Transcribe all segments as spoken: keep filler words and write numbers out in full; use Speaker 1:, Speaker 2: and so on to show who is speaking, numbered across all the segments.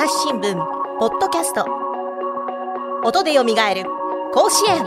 Speaker 1: 朝日新聞ポッドキャスト、音でよみがえる甲子園。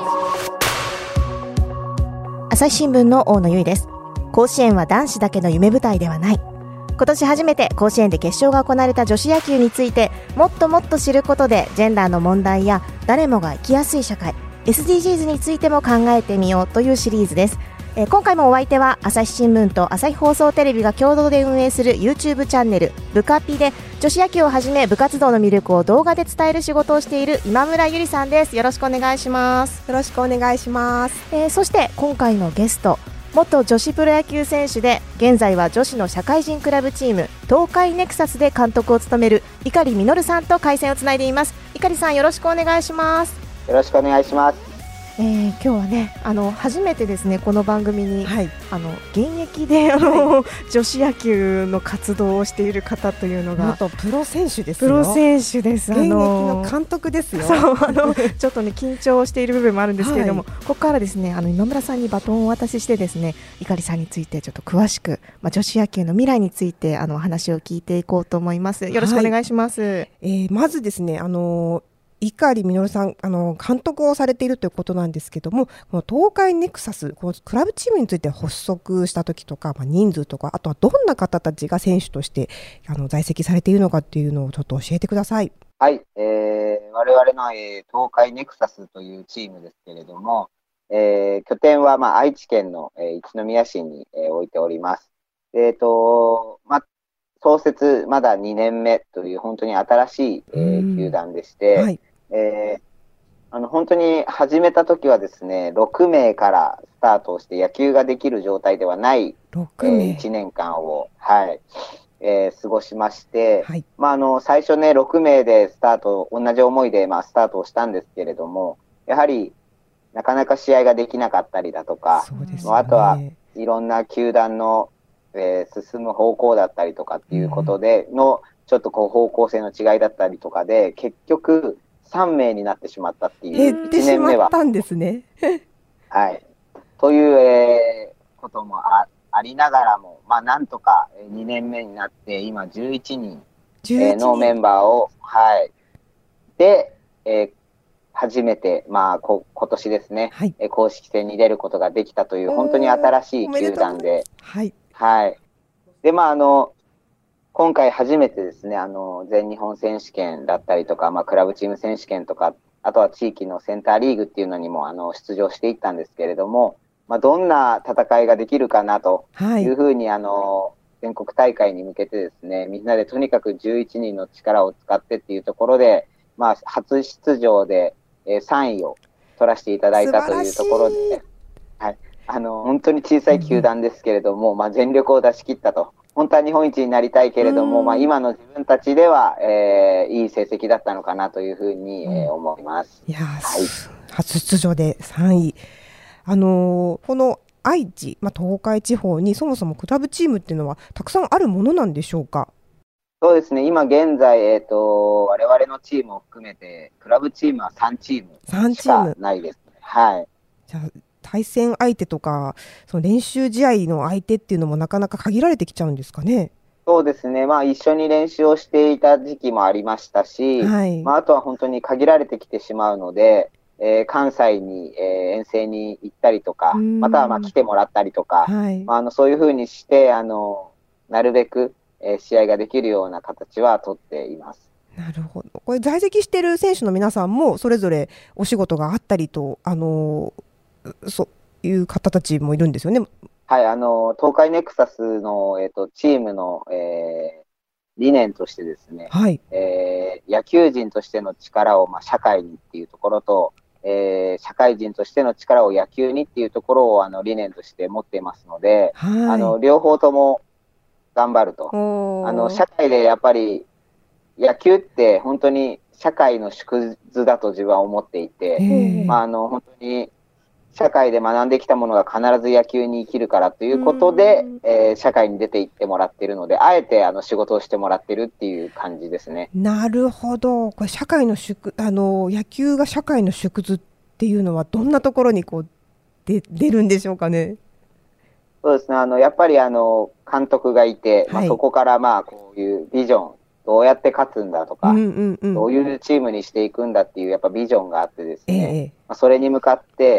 Speaker 1: 朝日新聞の大野由依です。甲子園は男子だけの夢舞台ではない。今年初めて甲子園で決勝が行われた女子野球についてもっともっと知ることで、ジェンダーの問題や誰もが生きやすい社会 エスディージーズ についても考えてみようというシリーズです。えー、今回もお相手は朝日新聞と朝日放送テレビが共同で運営する YouTube チャンネルブカピで女子野球をはじめ部活動の魅力を動画で伝える仕事をしている今村ゆりさんです。よろしくお願いします。
Speaker 2: よろしくお願いします。
Speaker 1: えー、そして今回のゲスト、元女子プロ野球選手で現在は女子の社会人クラブチーム東海ネクサスで監督を務める碇実さんと回線をつないでいます。碇さん、よろしくお願いします。
Speaker 3: よろしくお願いします。
Speaker 1: えー、今日はね、あの初めてですね、この番組に、はい、あの現役であの、はい、女子野球の活動をしている方というのが
Speaker 2: 元プロ選手ですよ。
Speaker 1: プロ選手です。
Speaker 2: 現役の監督ですよ。
Speaker 1: そうあのちょっとね緊張している部分もあるんですけれども、はい、ここからですね、あの今村さんにバトンをお渡ししてですね、碇さんについてちょっと詳しく、まあ、女子野球の未来についてあの話を聞いていこうと思います。よろしくお願いします。はい、
Speaker 2: えー、まずですね、あのー碇実さん、あの監督をされているということなんですけども、この東海ネクサス、このクラブチームについて発足した時とか、まあ、人数とか、あとはどんな方たちが選手としてあの在籍されているのかっていうのをちょっと教えてください。
Speaker 3: はい、えー、我々の、えー、東海ネクサスというチームですけれども、えー、拠点は、まあ、愛知県の、えー、一宮市に、えー、置いております。えーとまあ、創設まだにねんめという本当に新しい、えー、球団でして、はい、えー、あの本当に始めた時はですね、ろくめいからスタートをして野球ができる状態ではない、えー、いちねんかんを、はいえー、過ごしまして、はい、まあ、あの最初ねろくめいでスタート、同じ思いで、まあ、スタートをしたんですけれども、やはりなかなか試合ができなかったりだとか、そうですね、あとはいろんな球団の、えー、進む方向だったりとかっていうことでの、うん、ちょっとこう方向性の違いだったりとかで、結局さんめいになってしまったっていう、いちねんめは。
Speaker 2: 減ってしまったんですね。
Speaker 3: はい。という、えー、ことも あ, ありながらも、まあ、なんとかにねんめになって、今じゅういちにん、えー、のメンバーを、はい。で、えー、初めて、まあ、こ今年ですね、はい、えー、公式戦に出ることができたという、本当に新しい球団で、
Speaker 2: はい。
Speaker 3: はい。で、まあ、あの、今回初めてですね、あの、全日本選手権だったりとか、まあ、クラブチーム選手権とか、あとは地域のセンターリーグっていうのにも、あの、出場していったんですけれども、まあ、どんな戦いができるかなというふうに、はい、あの、全国大会に向けてですね、みんなでとにかくじゅういちにんの力を使ってっていうところで、まあ、初出場で、えー、さんいを取らせていただいたというところで、はい。あの、本当に小さい球団ですけれども、うん、まあ、全力を出し切ったと。本当は日本一になりたいけれども、まあ、今の自分たちでは、えー、いい成績だったのかなというふうに、えー、思います。
Speaker 2: いや、はい、初出場でさんい。あのー、この愛知、まあ、東海地方にそもそもクラブチームっていうのはたくさんあるものなんでしょうか？
Speaker 3: そうですね、今現在、えーと、我々のチームを含めて、クラブチームはさんチームしかないですね。はい。
Speaker 2: じゃあ対戦相手とか、その練習試合の相手っていうのもなかなか限られてきちゃうんですかね。
Speaker 3: そうですね、まあ、一緒に練習をしていた時期もありましたし、はい、まあ、あとは本当に限られてきてしまうので、えー、関西に、えー、遠征に行ったりとか、またはまあ来てもらったりとか、はい、まあ、あのそういうふうにしてあのなるべく、えー、試合ができるような形は取っています。
Speaker 2: なるほど。これ在籍している選手の皆さんもそれぞれお仕事があったりと、あのーそういう方たちもいるんですよね。
Speaker 3: はい、あの東海ネクサスの、えーと、チームの、えー、理念としてですね、はい、えー、野球人としての力を、まあ、社会にっていうところと、えー、社会人としての力を野球にっていうところをあの理念として持っていますので、はい、あの両方とも頑張ると。あの社会でやっぱり野球って本当に社会の縮図だと自分は思っていて、まあ、あの本当に社会で学んできたものが必ず野球に生きるからということで、えー、社会に出ていってもらっているので、あえてあの仕事をしてもらってるっていう感じですね。
Speaker 2: なるほど。これ社会の縮あの野球が社会の縮図っていうのはどんなところにこうで出るんでしょうかね。
Speaker 3: そうですね。あのやっぱりあの監督がいて、はい、まあ、そこからまあこういうビジョンどうやって勝つんだとか、
Speaker 2: うんうんうん、
Speaker 3: どういうチームにしていくんだっていうやっぱビジョンがあってです
Speaker 2: え
Speaker 3: ね、
Speaker 2: え
Speaker 3: まあ、それに向かって、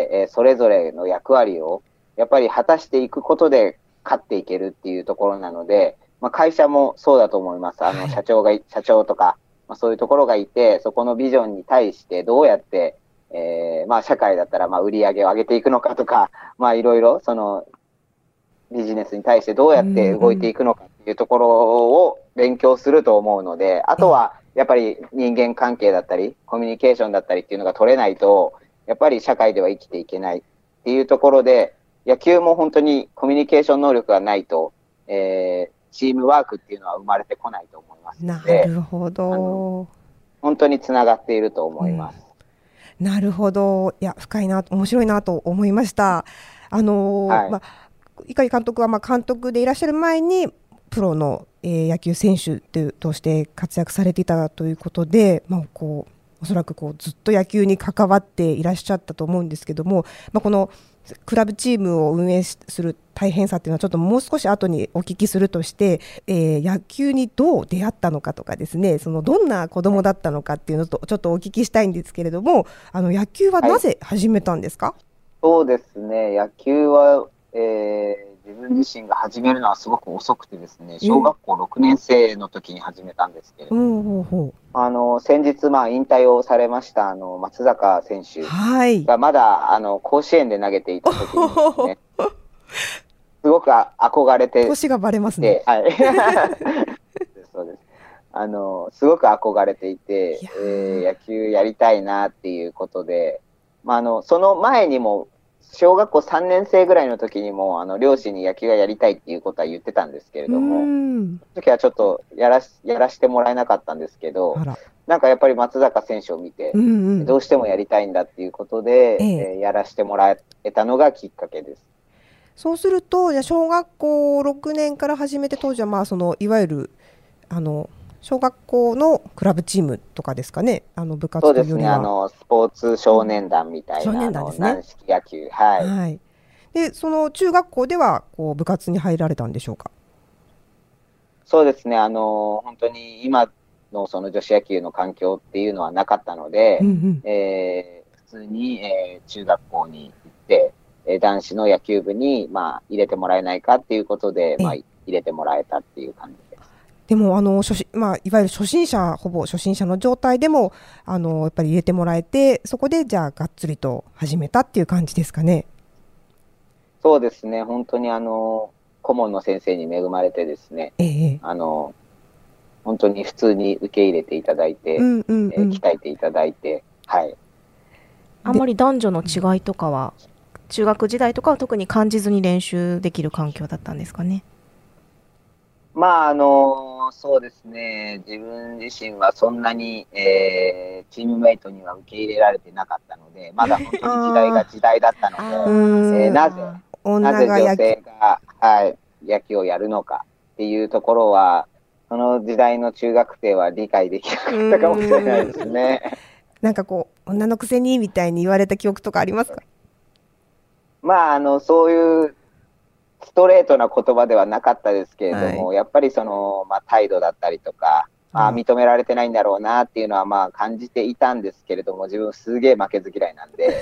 Speaker 3: えーそれぞれの役割をやっぱり果たしていくことで勝っていけるっていうところなので、まあ、会社もそうだと思います。あの、
Speaker 2: はい
Speaker 3: 社長がい、社長とか、まあ、そういうところがいて、そこのビジョンに対してどうやって、えーまあ、社会だったらまあ売り上げを上げていくのかとか、まあ、いろいろそのビジネスに対してどうやって動いていくのかっていうところを勉強すると思うので、あとはやっぱり人間関係だったり、コミュニケーションだったりっていうのが取れないと、やっぱり社会では生きていけないっていうところで、野球も本当にコミュニケーション能力がないと、えー、チームワークっていうのは生まれてこないと思いますの
Speaker 2: な
Speaker 3: で、
Speaker 2: るほど。
Speaker 3: 本当につながっていると思います。
Speaker 2: うん、なるほど。いや、深いな、面白いなと思いました。あのー
Speaker 3: はい、
Speaker 2: まあ、碇監督はまあ監督でいらっしゃる前にプロの、えー野球選手として活躍されていたということで、まあ、こうおそらくこうずっと野球に関わっていらっしゃったと思うんですけども、まあ、このクラブチームを運営する大変さっていうのはちょっともう少し後にお聞きするとして、えー野球にどう出会ったのかとかですね、そのどんな子供だったのかっていうのとちょっとお聞きしたいんですけれども、あの野球はなぜ始めたんですか？
Speaker 3: そうですね、野球は、えー自分自身が始めるのはすごく遅くてですね、小学校ろくねん生の時に始めたんですけれども、
Speaker 2: ほうほう
Speaker 3: あの、先日、まあ、引退をされました、あの、松坂選手
Speaker 2: はい。
Speaker 3: がまだ、あの、甲子園で投げていた時にですね、すごくあ憧れて
Speaker 2: 年がバレます
Speaker 3: い
Speaker 2: ね。
Speaker 3: て、はい。そうです。あの、すごく憧れていて
Speaker 2: いや、
Speaker 3: え
Speaker 2: ー
Speaker 3: ー野球やりたいなっていうことで、まあ、あの、その前にも、小学校さんねん生ぐらいの時にも、あの、両親に野球がやりたいっていうことは言ってたんですけれ
Speaker 2: うー
Speaker 3: ども、
Speaker 2: ん。
Speaker 3: その時はちょっとやらし、やらしてもらえなかったんですけど、
Speaker 2: あら。
Speaker 3: なんかやっぱり松坂選手を見て
Speaker 2: う、んうん。
Speaker 3: どうしてもやりたいんだっていうことで、
Speaker 2: ええ。
Speaker 3: えーやらしてもらえたのがきっかけです。
Speaker 2: そうすると、じゃあ小学校ろくねんから始めて、当時はまあそのいわゆるあの小学校のクラブチームとかですかね、あの部活
Speaker 3: そうですね、あ
Speaker 2: というよりは。
Speaker 3: の、スポーツ少年団みたい
Speaker 2: 少
Speaker 3: な、あの、
Speaker 2: 年団ですね。
Speaker 3: 軟式野球、はい。
Speaker 2: はい。で、その中学校ではこう部活に入られたんでしょうか？
Speaker 3: そうですね、あの、本当に今のその女子野球の環境っていうのはなかったので、
Speaker 2: うんうん。
Speaker 3: えー普通に、えー中学校に行って、えー男子の野球部に、まあ、入れてもらえないかっていうことで、まあ、
Speaker 2: ええ。
Speaker 3: 入れてもらえたっていう感じです。
Speaker 2: でもあの初心、まあ、いわゆる初心者、ほぼ初心者の状態でもあのやっぱり入れてもらえて、そこでじゃあがっつりと始めたっていう感じですかね。
Speaker 3: そうですね、本当にあの、顧問の先生に恵まれてですね、
Speaker 2: ええ。
Speaker 3: あの、本当に普通に受け入れていただいて、
Speaker 2: うんうん
Speaker 3: えー
Speaker 2: うん。
Speaker 3: 鍛えていただいて、はい。
Speaker 1: あんまり男女の違いとかは、中学時代とかは特に感じずに練習できる環境だったんですかね。
Speaker 3: まあ、あの、そうですね、自分自身はそんなに、えーチームメイトには受け入れられてなかったので、まだ本当に時代が
Speaker 2: あ
Speaker 3: 時代だったの
Speaker 2: あ、う
Speaker 3: で、えー
Speaker 2: ーん、
Speaker 3: なぜ、な
Speaker 2: 女
Speaker 3: ぜ女
Speaker 2: が野球、
Speaker 3: 性が、はい、野球をやるのかっていうところは、その時代の中学生は理解できなかったかもしれないですね。
Speaker 2: なんかこう、女のくせにみたいに言われた記憶とかありますか？
Speaker 3: まあ、あの、そういうストレートな言葉ではなかったですけれど
Speaker 2: はい。
Speaker 3: も、やっぱりその、まあ、態度だったりとか、ああ、
Speaker 2: あら。
Speaker 3: 認められてないんだろうなっていうのはまあ感じていたんですけれども、自分すげえ負けず嫌いなんで、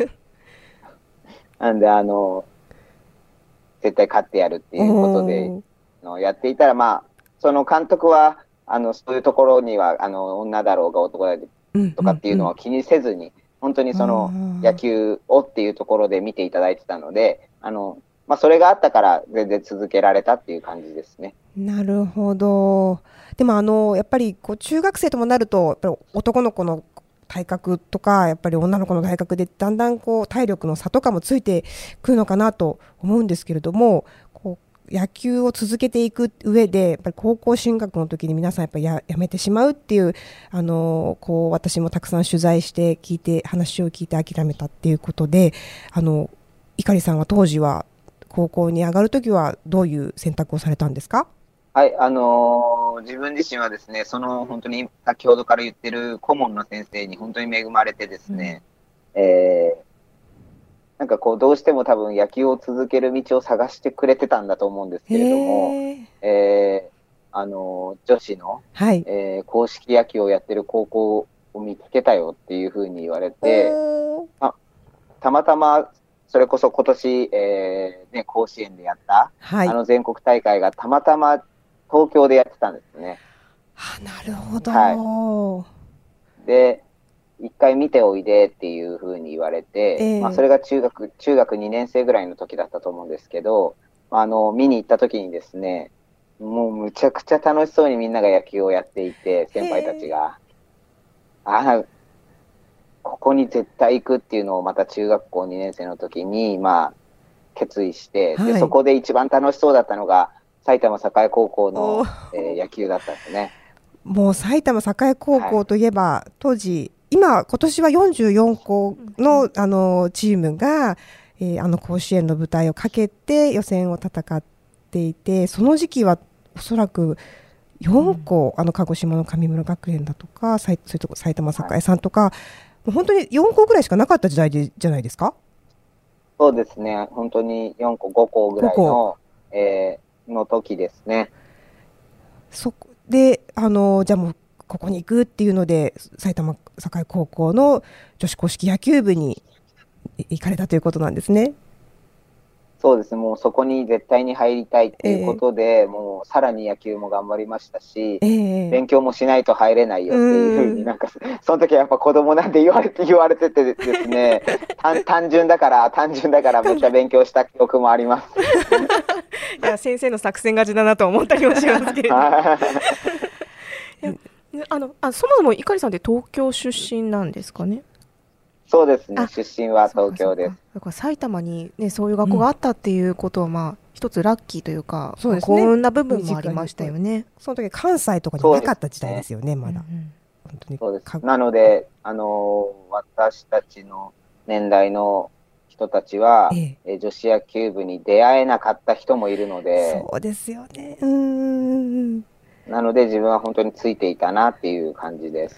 Speaker 3: なんであの、絶対勝ってやるっていうことで、
Speaker 2: おー。
Speaker 3: あのやっていたら、まあ、その監督は、あの、そういうところには、あの、女だろうが男だろう
Speaker 2: うん
Speaker 3: とかっていう
Speaker 2: うんうん。
Speaker 3: のを気にせずに、本当にその野
Speaker 2: あ
Speaker 3: 球をっていうところで見ていただいてたので、あの、まあ、それがあったから全然続けられたっていう感じですね。
Speaker 2: ー、なるほど。でもあの、やっぱりこう中学生ともなると、やっぱり男の子の体格とか、やっぱり女の子の体格でだんだんこう体力の差とかもついてくるのかなと思うんですけれども、こう野球を続けていく上で、やっぱり高校進学の時に皆さんやっぱりや、やめてしまうっていう、あの、こう私もたくさん取材して聞いて、話を聞いて諦めたっていうことで、あの、碇さんは当時は高校に上がる時はどういう選択をされたんですか？
Speaker 3: はい、あのー自分自身はですね、その本当に先ほどから言ってる顧問の先生に本当に恵まれてですね、えーなんかこう、どうしても多分野球を続ける道を探してくれてたんだと思うんですけれども、
Speaker 2: へえ。
Speaker 3: えーあの、女子の、
Speaker 2: はい。
Speaker 3: えー公式野球をやってる高校を見つけたよっていうふうに言われて、
Speaker 2: おー
Speaker 3: た、たまたま、それこそ今年、えーね、甲子園でやった、
Speaker 2: はい。
Speaker 3: あの全国大会がたまたま東京でやってたんですね。
Speaker 2: あ、なるほ
Speaker 3: はい。
Speaker 2: ど。
Speaker 3: で、一回見ておいでっていうふうに言われ
Speaker 2: え
Speaker 3: て、まあ、そ
Speaker 2: え、
Speaker 3: れが中学、中学にねん生ぐらいの時だったと思うんですけど、あの、見に行った時にですね、もうむちゃくちゃ楽しそうにみんなが野球をやっていて、
Speaker 2: へ
Speaker 3: 先輩たち
Speaker 2: え、
Speaker 3: が、ああ、ここに絶対行くっていうのをまた中学校にねん生の時に、まあ、決意して、で、
Speaker 2: はい。
Speaker 3: そこで一番楽しそうだったのが、埼玉栄高校
Speaker 2: お
Speaker 3: の、えー
Speaker 2: ー
Speaker 3: 野球だったんですね。
Speaker 2: もう埼玉栄高
Speaker 3: はい。
Speaker 2: 校といえば、当時、今、今年はよんじゅうよん校の、あのチームが、えーあの甲子園の舞台をかけて予選を戦っていて、その時期はおそらくよん校、あの鹿児島の神村学園だとか、さいそういうとこ埼玉
Speaker 3: はい。
Speaker 2: 栄さんとか、もう本当によん校ぐらいしかなかった時代でじゃないですか？
Speaker 3: そうですね。本当によん校、ご校ぐ
Speaker 2: ご 校。
Speaker 3: らいの、えーの時ですね。
Speaker 2: そこで、あのじゃあもうここに行くっていうので、埼玉栄高校の女子硬式野球部に行かれたということなんですね。
Speaker 3: そうですね。もうそこに絶対に入りたいっていうこ
Speaker 2: え
Speaker 3: とで、もうさらに野球も頑張りましたし、
Speaker 2: えええ
Speaker 3: 勉強もしないと入れない
Speaker 2: う
Speaker 3: よっていうふうに
Speaker 2: ーん。
Speaker 3: なんか、その時はやっぱ子供なんて言われて、言われててですね、単単純だから、単純だからめっちゃ勉強した記憶もあります。
Speaker 1: いや、先生の作戦勝ちだなと思ったりもしますけれど。いや、あの、あ、そもそも碇さんって東京出身なんですかね。
Speaker 3: そうですね。
Speaker 1: あ、
Speaker 3: 出身は
Speaker 1: そう
Speaker 3: 東
Speaker 1: かそうか。
Speaker 3: 京です。
Speaker 1: だから埼玉にね、そういう学
Speaker 2: うん。
Speaker 1: 校があったっていうことは、まあ、一つラッキーというか、まあ、
Speaker 2: そうですね。
Speaker 1: 幸運な部分
Speaker 2: 身
Speaker 1: もありま
Speaker 2: 近に。うん。
Speaker 1: したよね。
Speaker 2: その時関西とかに
Speaker 3: そうです
Speaker 2: なかった時代で
Speaker 3: ね。
Speaker 2: すよね、まだ。
Speaker 1: うんうん。
Speaker 2: 本当に
Speaker 3: そうです。
Speaker 2: か、
Speaker 3: なので、あのー私たちの年代の人たちは、
Speaker 2: ええ。
Speaker 3: えー女子野球部に出会えなかった人もいるので、
Speaker 2: そうですよね。うーん。
Speaker 3: なので自分は本当についていたなっていう感じです。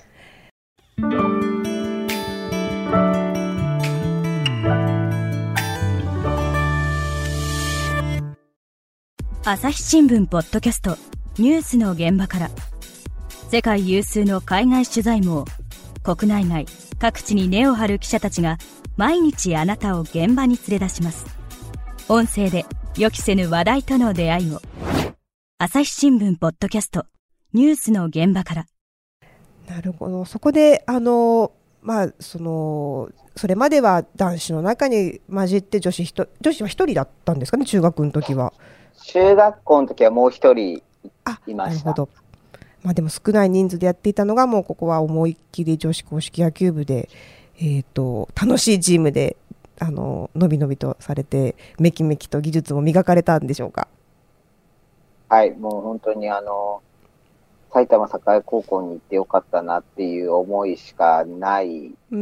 Speaker 4: 朝日新聞ポッドキャストニュースの現場から、世界有数の海外取材網、国内外各地に根を張る記者たちが毎日あなたを現場に連れ出します。音声で予期せぬ話題との出会いを。朝日新聞ポッドキャストニュースの現場から。
Speaker 2: なるほど。そこで、あの、まあ、その、それまでは男子の中に混じって女子ひと、女子は一人だったんですかね、中学の時は。
Speaker 3: 中学校の時はもう一人
Speaker 2: あ、
Speaker 3: いました。
Speaker 2: なるほど。まあでも少ない人数でやっていたのが、もうここは思いっきり女子硬式野球部で、えっと、楽しいチームで、あの、のびのびとされて、めきめきと技術も磨かれたんでしょうか。
Speaker 3: はい、もう本当にあの、埼玉栄高校に行ってよかったなっていう思いしかない
Speaker 2: うん、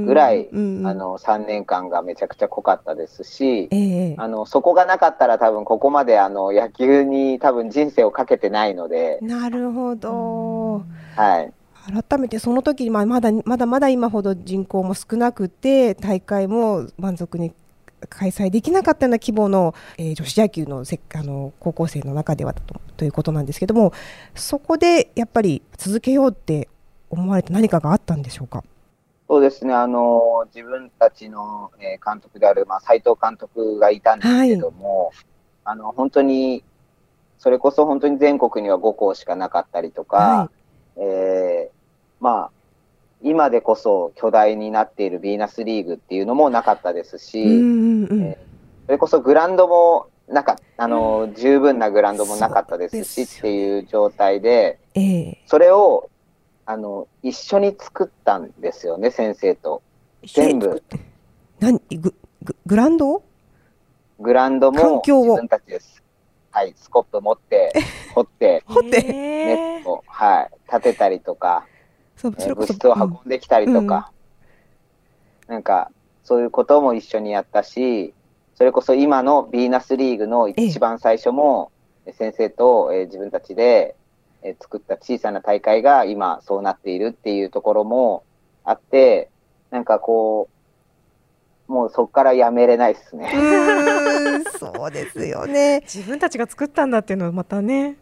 Speaker 3: ぐらい、
Speaker 2: うんうん。
Speaker 3: あの、さんねんかんがめちゃくちゃ濃かったですし、
Speaker 2: ええ、
Speaker 3: あの、そこがなかったら多分ここまであの、野球に多分人生をかけてないので、
Speaker 2: なるほ
Speaker 1: う
Speaker 2: ど。
Speaker 1: ん。
Speaker 3: はい。
Speaker 2: 改めてその時に、まあ、まだまだまだ今ほど人口も少なくて大会も満足に開催できなかったような規模の、えー女子野球のせあの高校生の中ではと、ということなんですけども、そこでやっぱり続けようって思われて何かがあったんでしょうか？
Speaker 3: そうですね、あの、自分たちの、えー監督である、まあ、斉藤監督がいたんですけ
Speaker 2: はい。
Speaker 3: ども、あの、本当に、それこそ本当に全国にはご校しかなかったりとか、
Speaker 2: はい。
Speaker 3: えーまあ、今でこそ巨大になっているヴィーナスリーグっていうのもなかったです
Speaker 2: うん
Speaker 3: し、
Speaker 2: うんうん。
Speaker 3: えーそれこそグラウンドもなかあの、十分なグラウンドもな
Speaker 2: そう
Speaker 3: かったで
Speaker 2: で
Speaker 3: すしっ
Speaker 2: すよね。
Speaker 3: ていう状態で、
Speaker 2: ええ、
Speaker 3: それを、あの、一緒に作ったんですよね、先生と。
Speaker 2: 一緒に
Speaker 3: 全部、
Speaker 2: 作って、何グググラウンドを
Speaker 3: グラウンドも自
Speaker 2: 環境を
Speaker 3: 分たちです。はい、スコップ持って、掘って、
Speaker 2: 掘って、
Speaker 1: へえ。
Speaker 3: ネット、はい、立てたりとか、
Speaker 2: そうそれこそ、
Speaker 3: えー物質を運
Speaker 2: うん
Speaker 3: んできたり
Speaker 2: うん、
Speaker 3: とか、なんか、そういうことも一緒にやったし、それこそ今のヴィーナスリーグの
Speaker 2: ええ、
Speaker 3: 一番最初も、先生と、えー自分たちで、えー作った小さな大会が今そうなっているっていうところもあって、なんかこう、もうそこからやめれないですね。
Speaker 2: うーん、そうですよね。
Speaker 1: 自分たちが作ったんだっていうのはまたね。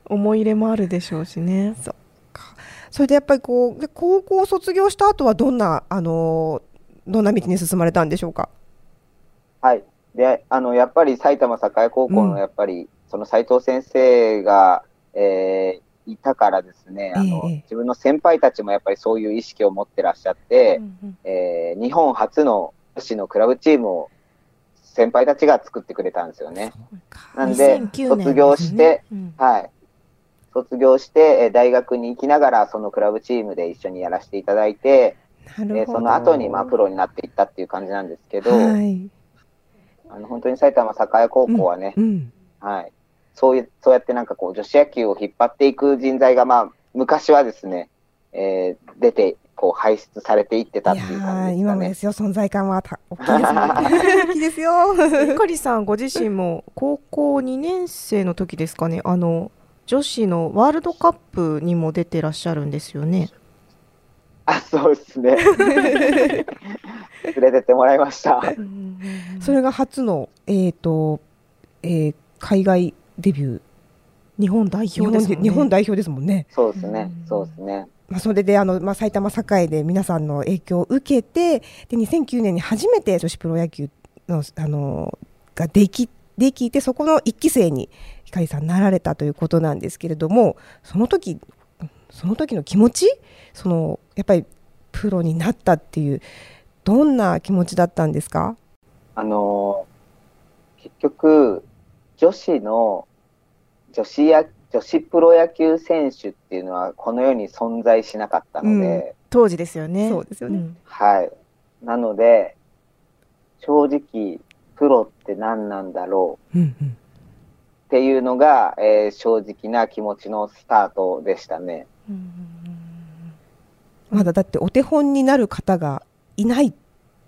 Speaker 1: 思い入れもあるでしょうしね。
Speaker 2: そうか。それでやっぱりこうで高校を卒業した後はどんなあのどんな道に進まれたんでしょうか。
Speaker 3: はい。で、あの、やっぱり埼玉栄高校のやっぱり、うん、その斉藤先生が、えー、いたからですね、あの、ええ、自分の先輩たちもやっぱりそういう意識を持ってらっしゃって、うんうん、えー、日本初の女子のクラブチームを先輩たちが作ってくれたんですよね。なんで、卒業して、うん、はい。卒業して、大学に行きながら、そのクラブチームで一緒にやらせていただいて、えその後にまあプロになっていったっていう感じなんですけど、はい、あの本当に埼玉栄高校はね、うんうん、はい、そういう、そうやってなんかこう女子野球を引っ張っていく人材がまあ昔はですね、えー、出てこう輩出されていってたっていう感じですかね。
Speaker 2: 今もですよ、存在感は大きいですね。大きいですよ。
Speaker 1: ゆかりさんご自身も高校にねん生の時ですかね、あの女子のワールドカップにも出てらっしゃるんですよね。
Speaker 3: あ、そうですね。連れてってもらいました。
Speaker 2: それが初の、えーとえー、海外デビュー。
Speaker 1: 日本代表ですもんね。
Speaker 2: 日本代表ですもんね。
Speaker 3: そうですね。そうですね。
Speaker 2: まあ、それであの、まあ、埼玉栄で皆さんの影響を受けて、でにせんきゅうねんに初めて女子プロ野球の、あのができできて、そこの一期生にひかりさんなられたということなんですけれども、その時その時の気持ち、そのやっぱりプロになったっていうどんな気持ちだったんですか？
Speaker 3: あの結局女子の女子や女子プロ野球選手っていうのはこの世に存在しなかったので、うん、
Speaker 1: 当時ですよね。
Speaker 2: そうですよね、うん、
Speaker 3: はい。なので正直プロって何なんだろう、うんうん、っていうのが、えー、正直な気持ちのスタートでしたね。うん、
Speaker 2: まだだってお手本になる方がいない。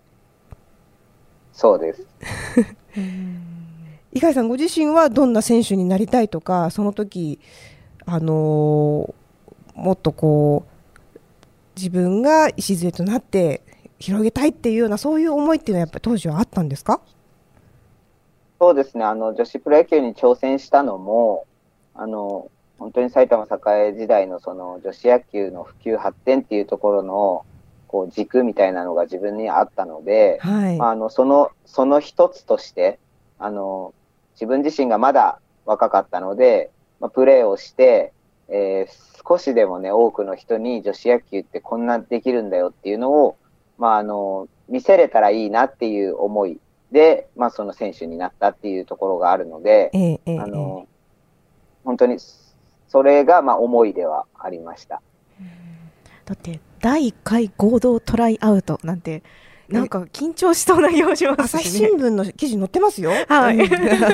Speaker 3: そうです。
Speaker 2: 井上さんご自身はどんな選手になりたいとか、その時、あのー、もっとこう自分が礎となって広げたいっていうようなそういう思いっていうのはやっぱり当時はあったんですか？
Speaker 3: そうですね。あの女子プロ野球に挑戦したのもあの本当に埼玉栄時代のその女子野球の普及発展っていうところのこう軸みたいなのが自分にあったので、はい、まあ、あのそのその一つとしてあの自分自身がまだ若かったので、まあ、プレーをして、えー、少しでもね多くの人に女子野球ってこんなできるんだよっていうのを、まあ、あの見せれたらいいなっていう思いで、まあ、その選手になったっていうところがあるので、ええあのええ、本当にそれがまあ思いではありました。
Speaker 1: だってだいいっかい合同トライアウトなんてなんか緊張しそうな表情ですね。
Speaker 2: 朝日新聞の記事に載ってますよ。
Speaker 1: はい。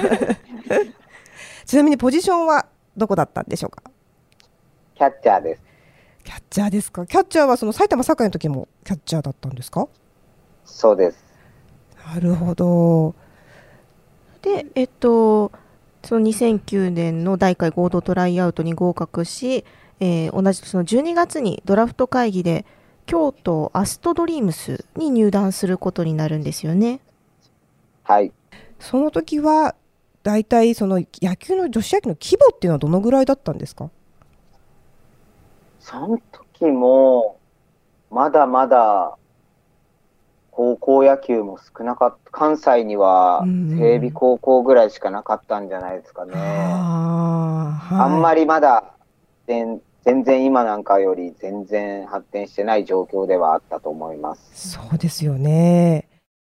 Speaker 2: ちなみにポジションはどこだったんでしょうか？
Speaker 3: キャッチャーです。
Speaker 2: キャッチャーですか。キャッチャーはその埼玉栄の時もキャッチャーだったんですか？
Speaker 3: そうです。
Speaker 2: なるほど。
Speaker 1: で、えっとそのにせんきゅうねんのだいいっかい合同トライアウトに合格し、えー、同じそのじゅうにがつにドラフト会議で京都アストドリームスに入団することになるんですよね。
Speaker 3: はい。
Speaker 2: その時はだいたいその野球の女子野球の規模っていうのはどのぐらいだったんですか？
Speaker 3: その時もまだまだ高校野球も少なかった。関西には整備高校ぐらいしかなかったんじゃないですかね。あ、はい、あんまりまだ全全然今なんかより全然発展してない状況ではあったと思います。
Speaker 2: そうですよね。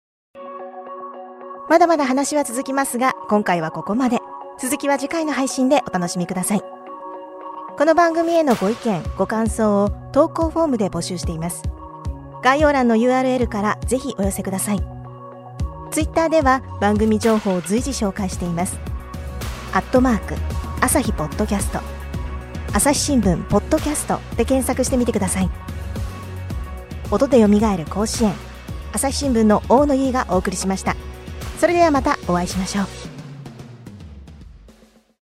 Speaker 1: まだまだ話は続きますが、今回はここまで。続きは次回の配信でお楽しみください。この番組へのご意見ご感想を投稿フォームで募集しています。概要欄の ユーアールエル からぜひお寄せください。ツイッターでは番組情報を随時紹介しています。アットマーク朝日ポッドキャスト、朝日新聞ポッドキャストで検索してみてください。音でよみがえる甲子園、朝日新聞の大野優がお送りしました。それではまたお会いしましょう。